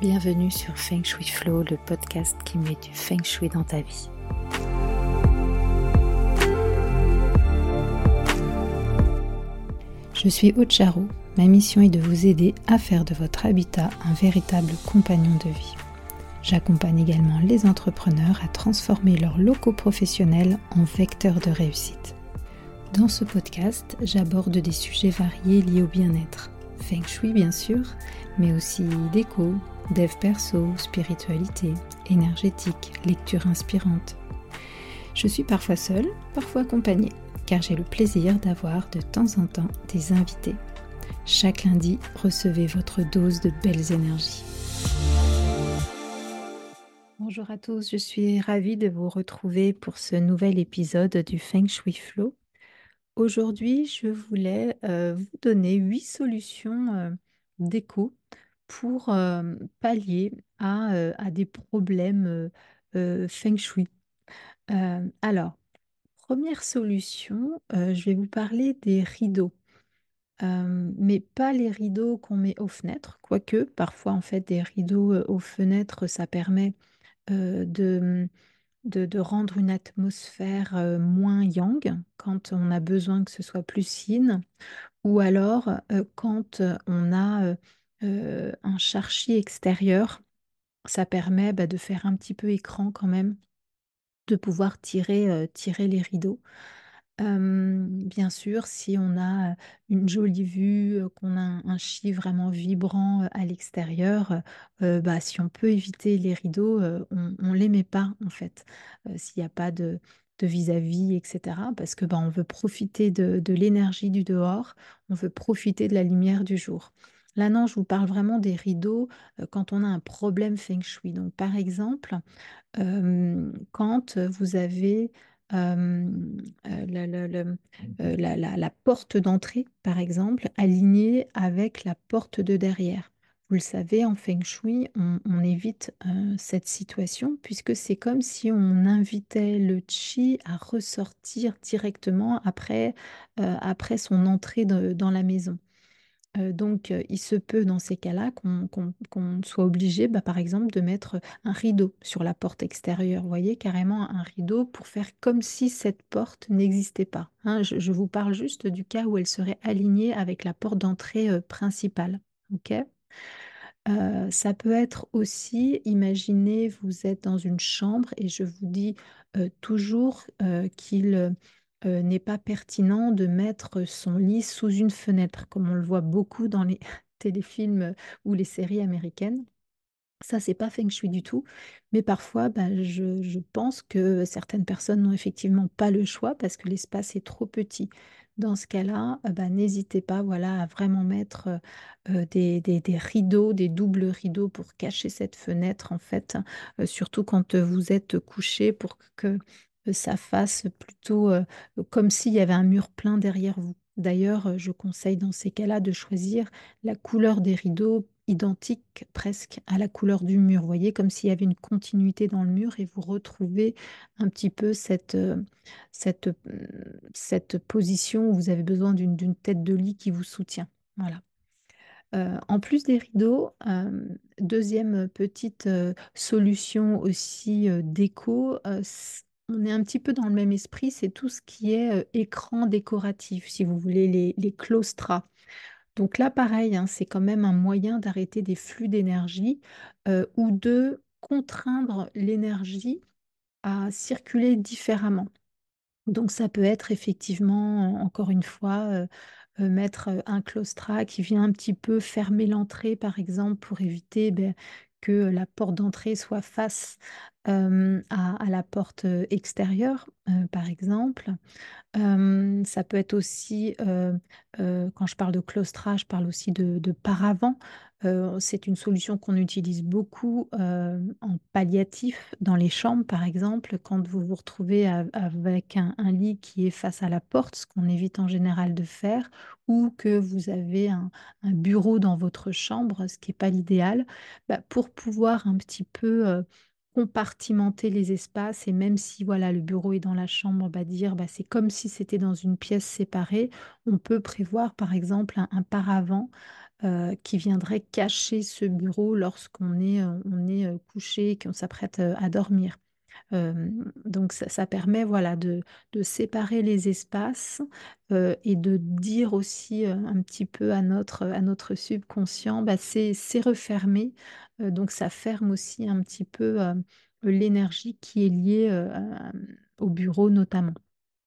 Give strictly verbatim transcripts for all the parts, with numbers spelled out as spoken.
Bienvenue sur Feng Shui Flow, le podcast qui met du Feng Shui dans ta vie. Je suis Aude Charot. Ma mission est de vous aider à faire de votre habitat un véritable compagnon de vie. J'accompagne également les entrepreneurs à transformer leurs locaux professionnels en vecteurs de réussite. Dans ce podcast, j'aborde des sujets variés liés au bien-être. Feng Shui bien sûr, mais aussi déco, dev perso, spiritualité, énergétique, lecture inspirante. Je suis parfois seule, parfois accompagnée, car j'ai le plaisir d'avoir de temps en temps des invités. Chaque lundi, recevez votre dose de belles énergies. Bonjour à tous, je suis ravie de vous retrouver pour ce nouvel épisode du Feng Shui Flow. Aujourd'hui, je voulais euh, vous donner huit solutions euh, déco pour euh, pallier à, euh, à des problèmes euh, euh, Feng Shui. Euh, alors, première solution, euh, je vais vous parler des rideaux. Euh, mais pas les rideaux qu'on met aux fenêtres, quoique parfois en fait des rideaux euh, aux fenêtres, ça permet euh, de, de, de rendre une atmosphère euh, moins yang quand on a besoin que ce soit plus yin, ou alors euh, quand euh, on a euh, euh, un charchi extérieur, ça permet bah, de faire un petit peu écran quand même, de pouvoir tirer, euh, tirer les rideaux. Euh, bien sûr, si on a euh, une jolie vue, euh, qu'on a un, un chi vraiment vibrant euh, à l'extérieur, euh, bah, si on peut éviter les rideaux, euh, on ne les met pas en fait. Euh, s'il n'y a pas de, de vis-à-vis, et cetera. Parce que bah, on veut profiter de, de l'énergie du dehors, on veut profiter de la lumière du jour. Là, non, je vous parle vraiment des rideaux euh, quand on a un problème Feng Shui. Donc, par exemple, euh, quand vous avez euh, euh, la, la- la- euh, la- la- la porte d'entrée, par exemple, alignée avec la porte de derrière. Vous le savez, en Feng Shui, on, on évite euh, cette situation puisque c'est comme si on invitait le qi à ressortir directement après, euh, après son entrée de- dans la maison. Euh, donc, euh, il se peut dans ces cas-là qu'on qu'on- qu'on soit obligé, bah, par exemple, de mettre un rideau sur la porte extérieure. Vous voyez, carrément un rideau pour faire comme si cette porte n'existait pas. Hein. Je, je vous parle juste du cas où elle serait alignée avec la porte d'entrée euh, principale. OK? Euh, ça peut être aussi, imaginez, vous êtes dans une chambre et je vous dis euh, toujours euh, qu'il euh, n'est pas pertinent de mettre son lit sous une fenêtre, comme on le voit beaucoup dans les téléfilms ou les séries américaines. Ça, c'est pas feng shui du tout, mais parfois, bah, je, je pense que certaines personnes n'ont effectivement pas le choix parce que l'espace est trop petit. Dans ce cas-là, euh, bah, n'hésitez pas, voilà, à vraiment mettre euh, euh, des, des- des rideaux, des doubles rideaux pour cacher cette fenêtre, en fait, euh, surtout quand euh, vous êtes couché pour que euh, ça fasse plutôt euh, comme s'il y avait un mur plein derrière vous. D'ailleurs, euh, je conseille dans ces cas-là de choisir la couleur des rideaux identique presque à la couleur du mur. Vous voyez, comme s'il y avait une continuité dans le mur et vous retrouvez un petit peu cette, euh, cette, euh, cette position où vous avez besoin d'une d'une tête de lit qui vous soutient. Voilà. Euh, en plus des rideaux, euh, deuxième petite euh, solution aussi euh, déco, euh, c- on est un petit peu dans le même esprit, c'est tout ce qui est euh, écran décoratif, si vous voulez, les, les claustras. Donc là, pareil, hein, c'est quand même un moyen d'arrêter des flux d'énergie euh, ou de contraindre l'énergie à circuler différemment. Donc ça peut être effectivement, encore une fois, euh, euh, mettre euh, un claustrat qui vient un petit peu fermer l'entrée, par exemple, pour éviter ben, que la porte d'entrée soit face euh, à, à la porte euh, extérieure, euh, par exemple. Euh, ça peut être aussi, euh, euh, quand je parle de claustra, je parle aussi de, de paravent. Euh, c'est une solution qu'on utilise beaucoup euh, en palliatif dans les chambres, par exemple, quand vous vous retrouvez a- avec un, un lit qui est face à la porte, ce qu'on évite en général de faire, ou que vous avez un, un bureau dans votre chambre, ce qui n'est pas l'idéal, bah, pour pouvoir un petit peu euh, compartimenter les espaces et même si voilà le bureau est dans la chambre, bah, dire bah, c'est comme si c'était dans une pièce séparée, on peut prévoir par exemple un, un paravent euh, qui viendrait cacher ce bureau lorsqu'on est, euh, on est euh, couché et qu'on s'apprête euh, à dormir. Euh, donc ça, ça permet voilà, de, de séparer les espaces euh, et de dire aussi euh, un petit peu à notre, à notre subconscient, bah, c'est, c'est refermé. Euh, donc ça ferme aussi un petit peu euh, l'énergie qui est liée euh, à- au bureau notamment.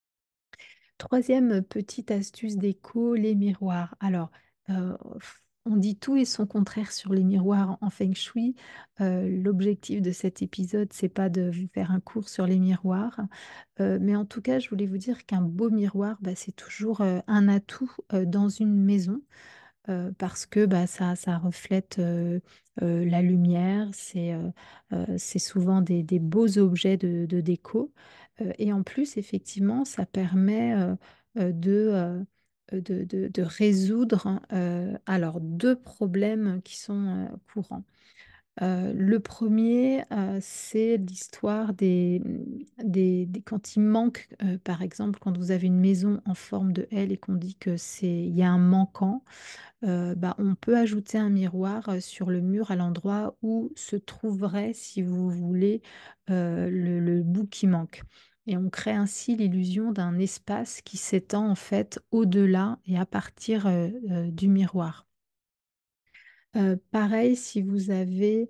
Troisième petite astuce déco, les miroirs. Alors, euh, on dit tout et son contraire sur les miroirs en feng shui. Euh, l'objectif de cet épisode, c'est pas de vous faire un cours sur les miroirs, euh, mais en tout cas, je voulais vous dire qu'un beau miroir, bah, c'est toujours euh, un atout euh, dans une maison euh, parce que bah, ça, ça reflète euh, euh, la lumière, c'est euh, euh, c'est souvent des, des beaux objets de, de déco. Euh, et en plus, effectivement, ça permet euh, euh, de, euh, de, de- de résoudre euh, alors deux problèmes qui sont euh, courants. Euh, le premier, euh, c'est l'histoire des, des, des- quand il manque, euh, par exemple, quand vous avez une maison en forme de L et qu'on dit que c'est, il y a un manquant, euh, bah, on peut ajouter un miroir euh, sur le mur à l'endroit où se trouverait, si vous voulez, euh, le, le bout qui manque. Et on crée ainsi l'illusion d'un espace qui s'étend en fait au-delà et à partir euh, euh, du miroir. Euh, pareil, si vous avez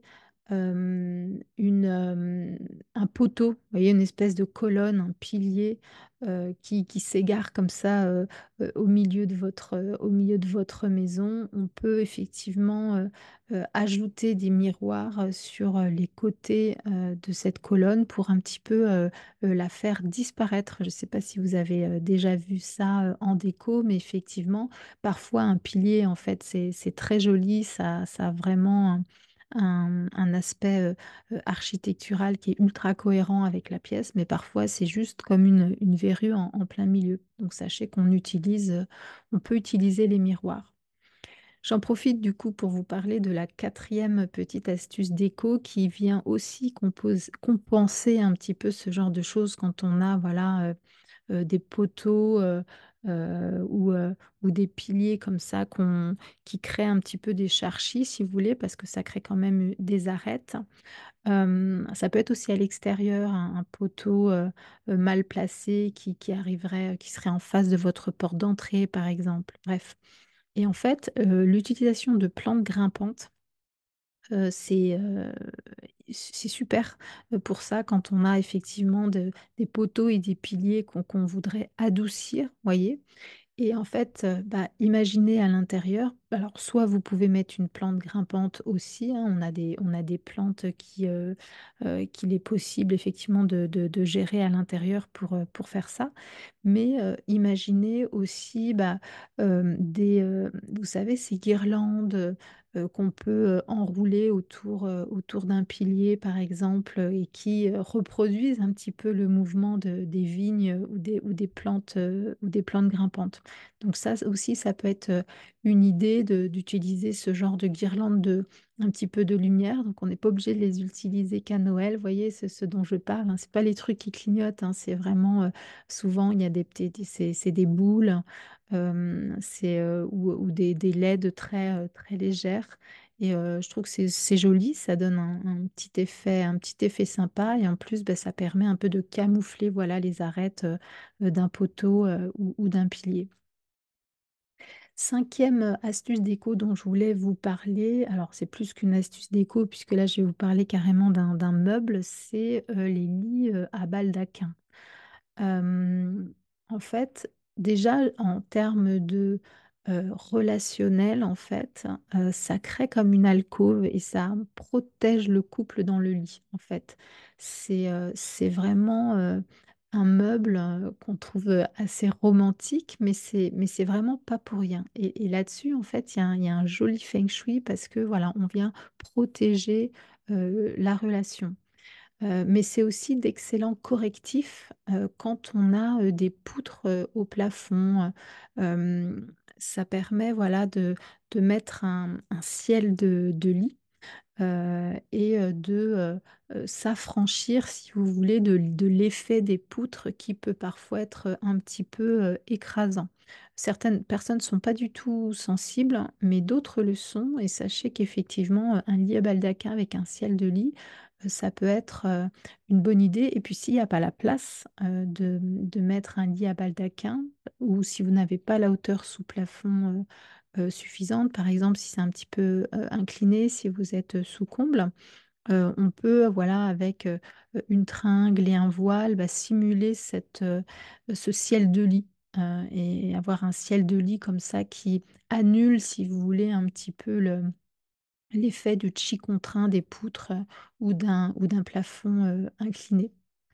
euh, une, euh, un poteau, vous voyez, une espèce de colonne, un pilier euh, qui, qui s'égare comme ça euh, euh, au milieu de votre, euh, au milieu de votre maison, on peut effectivement euh, euh, ajouter des miroirs euh, sur euh, les côtés euh, de cette colonne pour un petit peu euh, euh, la faire disparaître. Je ne sais pas si vous avez euh, déjà vu ça euh, en déco, mais effectivement, parfois, un pilier, en fait, c'est c'est très joli, ça, ça a vraiment un, un- un aspect euh, euh, architectural qui est ultra cohérent avec la pièce, mais parfois, c'est juste comme une, une verrue en, en plein milieu. Donc, sachez qu'on utilise, euh, on peut utiliser les miroirs. J'en profite du coup pour vous parler de la quatrième petite astuce déco qui vient aussi compose- compenser un petit peu ce genre de choses quand on a voilà euh, euh, des poteaux euh, euh, ou, euh, ou des piliers comme ça qu'on, qui créent un petit peu des charchis, si vous voulez, parce que ça crée quand même des arêtes. Euh, ça peut être aussi à l'extérieur, un, un poteau euh, euh, mal placé qui, qui arriverait, qui serait en face de votre porte d'entrée, par exemple. Bref. Et en fait, euh, l'utilisation de plantes grimpantes, euh, c'est euh, c'est super euh, pour ça quand on a effectivement de- des poteaux et des piliers qu'on qu'on voudrait adoucir, voyez. Et en fait, euh, bah, imaginez à l'intérieur, alors soit vous pouvez mettre une plante grimpante aussi, hein, on a des, on a des plantes qui, euh, euh, qu'il est possible effectivement de, de- de gérer à l'intérieur pour, euh, pour faire ça. Mais euh, imaginez aussi bah, euh, des, euh, vous savez, ces guirlandes euh, qu'on peut euh, enrouler autour, euh, autour d'un pilier, par exemple, et qui euh, reproduisent un petit peu le mouvement de- des vignes ou des, ou des plantes, euh, ou des plantes grimpantes. Donc ça aussi, ça peut être euh, une idée de- d'utiliser ce genre de guirlande de un petit peu de lumière. Donc on n'est pas obligé de les utiliser qu'à Noël. Vous voyez, c'est ce dont je parle, hein. C'est pas les trucs qui clignotent, hein. C'est vraiment euh, souvent il y a des petits, c'est c'est des boules, euh, c'est euh, ou, ou des, des L E D très euh, très légères. Et euh, je trouve que c'est c'est joli, ça donne un, un petit effet, un petit effet sympa. Et en plus, ben, ça permet un peu de camoufler voilà, les arêtes euh, d'un poteau euh, ou ou d'un pilier. Cinquième euh, astuce déco dont je voulais vous parler, alors c'est plus qu'une astuce déco puisque là je vais vous parler carrément d'un d'un meuble, c'est euh, les lits euh, à baldaquin. Euh, En fait, déjà en termes de euh, relationnel, en fait, euh, ça crée comme une alcôve et ça protège le couple dans le lit. En fait, c'est euh, c'est vraiment euh, un meuble euh, qu'on trouve euh, assez romantique, mais c'est mais c'est vraiment pas pour rien. Et, et là-dessus, en fait, il y a, un il y a un joli feng shui parce que voilà, on vient protéger euh, la relation. Euh, mais c'est aussi d'excellents correctifs euh, quand on a euh, des poutres euh, au plafond. Euh, Ça permet voilà, de, de mettre un, un ciel de, de lit euh, et euh, de euh, euh, s'affranchir, si vous voulez, de, de l'effet des poutres qui peut parfois être un petit peu euh, écrasant. Certaines personnes ne sont pas du tout sensibles, mais d'autres le sont. Et sachez qu'effectivement, euh, un lit à baldaquin avec un ciel de lit, euh, ça peut être euh, une bonne idée. Et puis, s'il n'y a pas la place euh, de, de mettre un lit à baldaquin, ou si vous n'avez pas la hauteur sous plafond euh, euh, suffisante, par exemple, si c'est un petit peu euh, incliné, si vous êtes euh, sous comble, euh, on peut, voilà, avec euh, une tringle et un voile, bah, simuler cette, euh, ce ciel de lit euh, et avoir un ciel de lit comme ça qui annule, si vous voulez, un petit peu le- l'effet du chi contraint des poutres euh, ou d'un ou d'un plafond euh, incliné.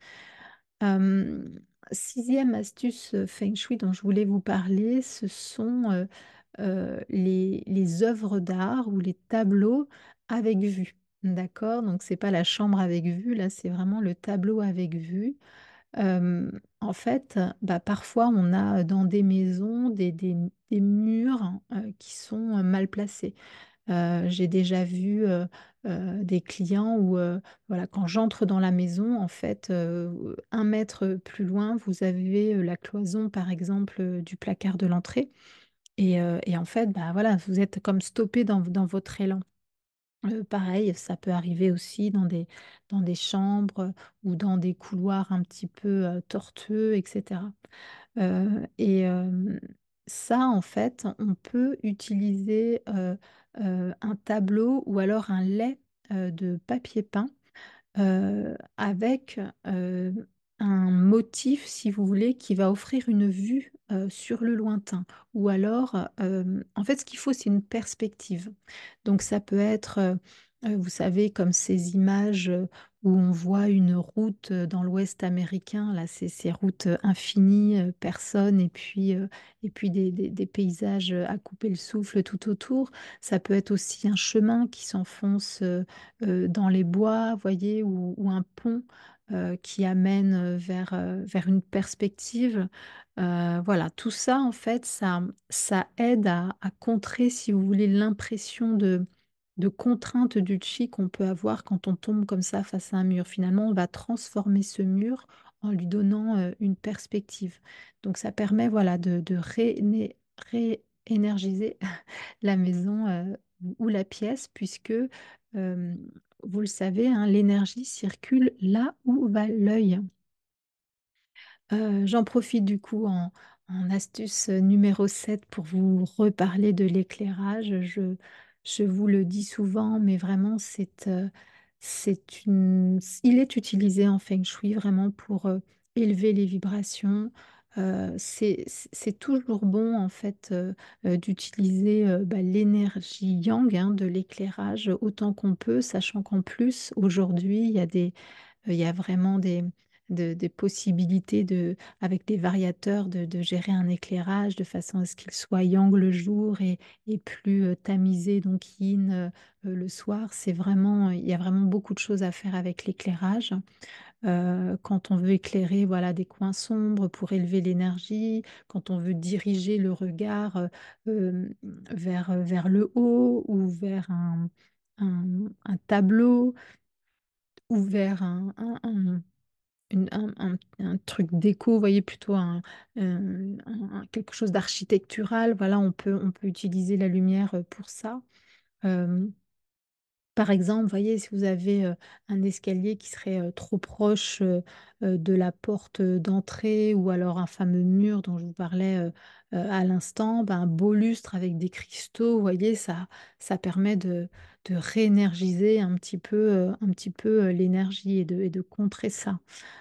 Euh, Sixième astuce euh, Feng Shui dont je voulais vous parler, ce sont euh, euh, les, les œuvres d'art ou les tableaux avec vue. D'accord? Donc, c'est pas la chambre avec vue, là, c'est vraiment le tableau avec vue. Euh, En fait, bah, parfois, on a dans des maisons des, des- des murs euh, qui sont euh, mal placés. Euh, j'ai déjà vu euh, euh, des clients où, euh, voilà, quand j'entre dans la maison, en fait, euh, un mètre plus loin, vous avez euh, la cloison, par exemple, euh, du placard de l'entrée. Et, euh, et en fait, bah, voilà, vous êtes comme stoppé dans, dans votre élan. Euh, pareil, ça peut arriver aussi dans des, dans des chambres ou dans des couloirs un petit peu euh, tortueux, et cetera. Euh, et euh, ça, en fait, on peut utiliser euh, euh, un tableau ou alors un lait euh, de papier peint euh, avec euh, un motif, si vous voulez, qui va offrir une vue euh, sur le lointain. Ou alors, euh, en fait, ce qu'il faut, c'est une perspective. Donc, ça peut être, euh, euh, vous savez, comme ces images euh, où on voit une route euh, dans l'Ouest américain, là, c'est ces routes euh, infinies, euh, personne, et puis, euh, et puis des, des- des paysages euh, à couper le souffle tout autour. Ça peut être aussi un chemin qui s'enfonce euh, euh, dans les bois, voyez, ou, ou un pont euh, qui amène euh, vers, euh, vers une perspective. Euh, voilà, tout ça, en fait, ça, ça aide à, à contrer, si vous voulez, l'impression de, de contrainte du chi qu'on peut avoir quand on tombe comme ça face à un mur. Finalement, on va transformer ce mur en lui donnant euh, une perspective. Donc, ça permet, voilà, de, de rééner- réénergiser la maison euh, ou la pièce, puisque, euh, vous le savez, hein, l'énergie circule là où va l'œil. Euh, j'en profite du coup en, en astuce numéro sept pour vous reparler de l'éclairage. Je, je vous le dis souvent, mais vraiment, c'est euh, c'est une, il est utilisé en Feng Shui vraiment pour euh, élever les vibrations. Euh, c'est c'est toujours bon en fait euh, euh, d'utiliser euh, bah, l'énergie yang hein, de l'éclairage autant qu'on peut, sachant qu'en plus aujourd'hui il y a des euh, il y a vraiment des, de- des possibilités de, avec des variateurs de, de gérer un éclairage de façon à ce qu'il soit yang le jour et, et plus euh, tamisé, donc yin euh, euh, le soir. C'est vraiment, il y a vraiment beaucoup de choses à faire avec l'éclairage. Euh, quand on veut éclairer voilà, des coins sombres pour élever l'énergie, quand on veut diriger le regard euh, euh, vers, vers le haut ou vers un, un un tableau ou vers un, un- un- une- un, un- un truc déco, vous voyez, plutôt un, un- un- quelque chose d'architectural. Voilà, on peut, on peut utiliser la lumière euh, pour ça. Euh, Par exemple, vous voyez, si vous avez euh, un escalier qui serait euh, trop proche euh, euh, de la porte euh, d'entrée ou alors un fameux mur dont je vous parlais euh, euh, à l'instant, ben, un beau lustre avec des cristaux, vous voyez, ça, ça permet de, de réénergiser un petit peu, euh, un petit peu euh, l'énergie et de, et de contrer ça.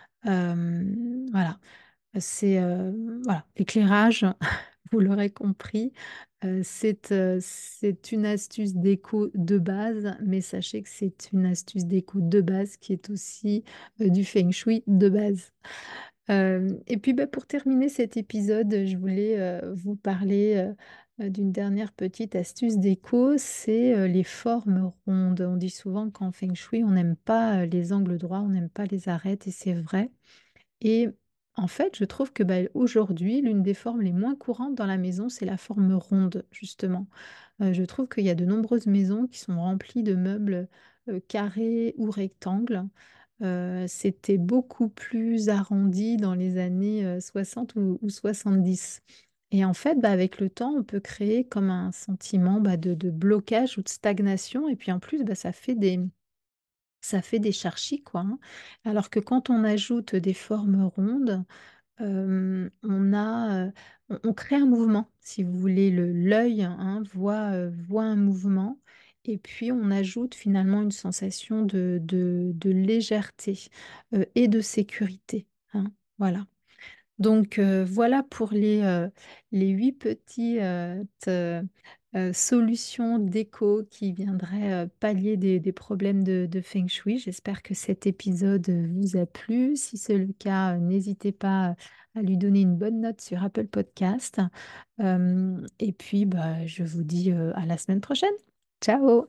Euh, voilà. C'est euh, voilà, l'éclairage, vous l'aurez compris, euh, c'est euh, c'est une astuce déco de base, mais sachez que c'est une astuce déco de base qui est aussi euh, du feng shui de base. Euh, et puis bah, pour terminer cet épisode, je voulais euh, vous parler euh, euh, d'une dernière petite astuce déco, c'est euh, les formes rondes. On dit souvent qu'en feng shui, on n'aime pas euh, les angles droits, on n'aime pas les arêtes, et c'est vrai. Et en fait, je trouve que bah, aujourd'hui, l'une des formes les moins courantes dans la maison, c'est la forme ronde, justement. Euh, je trouve qu'il y a de nombreuses maisons qui sont remplies de meubles euh, carrés ou rectangles. Euh, c'était beaucoup plus arrondi dans les années euh, soixante ou, ou soixante-dix. Et en fait, bah, avec le temps, on peut créer comme un sentiment, bah, de de blocage ou de stagnation et puis en plus, bah, ça fait des ça fait des charchis, quoi, hein. Alors que quand on ajoute des formes rondes, hem, on a, heu, on on crée un mouvement, si vous voulez. Le l'œil, hein, voit, heu, voit un mouvement et puis on ajoute finalement une sensation de de de légèreté, heu et de sécurité, hein, voilà. Donc heu, voilà pour les, heu, les huit petits, heu, te heu, solutions déco qui viendraient, heu, pallier des des problèmes de de feng shui. J'espère que cet épisode, heu, vous a plu. Si c'est le cas, heu, n'hésitez pas, à lui donner une bonne note sur Apple Podcast. Hem et puis, bah, je vous dis, heu, à la semaine prochaine. Ciao!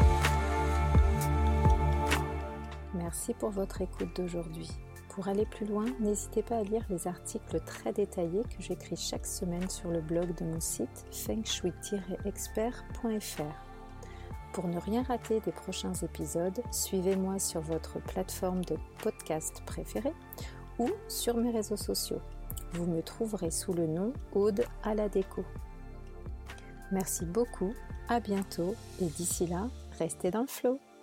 Merci pour votre écoute d'aujourd'hui. Pour aller plus loin, n'hésitez pas à lire les articles très détaillés que j'écris chaque semaine sur le blog de mon site feng shui tiret expert point f r. Pour ne rien rater des prochains épisodes, suivez-moi sur votre plateforme de podcast préférée ou sur mes réseaux sociaux. Vous me trouverez sous le nom Aude à la déco. Merci beaucoup, à bientôt et d'ici là, restez dans le flow.